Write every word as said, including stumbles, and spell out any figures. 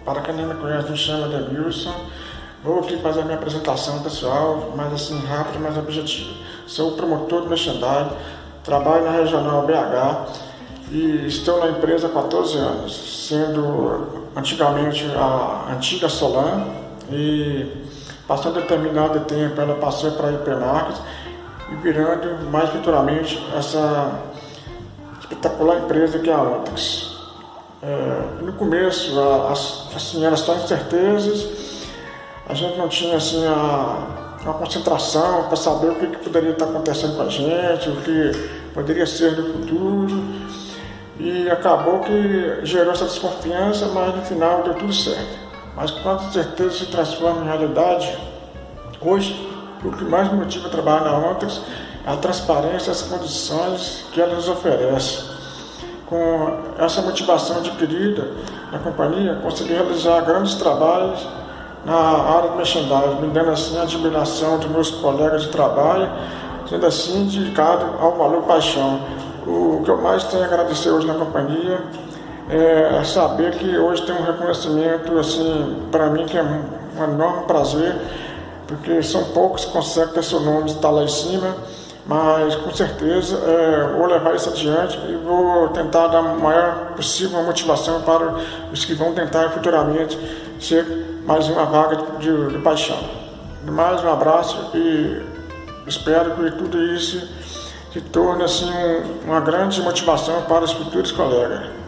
Para quem não me conhece, me chama Demilson. Vou aqui fazer a minha apresentação pessoal, mas assim, rápido, mas objetivo. Sou promotor de merchandising, trabalho na Regional B H e estou na empresa há quatorze anos, sendo antigamente a antiga Solan, e passando determinado tempo ela passou para a I P Marcas e virando mais futuramente essa espetacular empresa que é a Ontex. É, no começo, as, assim, eram só incertezas, a gente não tinha assim, a, uma concentração para saber o que, que poderia estar acontecendo com a gente, o que poderia ser no futuro, e acabou que gerou essa desconfiança, mas no final deu tudo certo. Mas quando a certeza se transforma em realidade, hoje o que mais me motiva a trabalhar na Ontex é a transparência e as condições que ela nos oferece. Com essa motivação adquirida na companhia, consegui realizar grandes trabalhos na área de merchandising, me dando assim a admiração dos meus colegas de trabalho, sendo assim dedicado ao valor paixão. O que eu mais tenho a agradecer hoje na companhia é saber que hoje tem um reconhecimento assim, para mim, que é um enorme prazer, porque são poucos que conseguem ter seu nome estar lá em cima. Mas com certeza é, vou levar isso adiante e vou tentar dar a maior possível motivação para os que vão tentar futuramente ser mais uma vaga de, de, de paixão. Mais um abraço e espero que tudo isso se torne assim, uma grande motivação para os futuros colegas.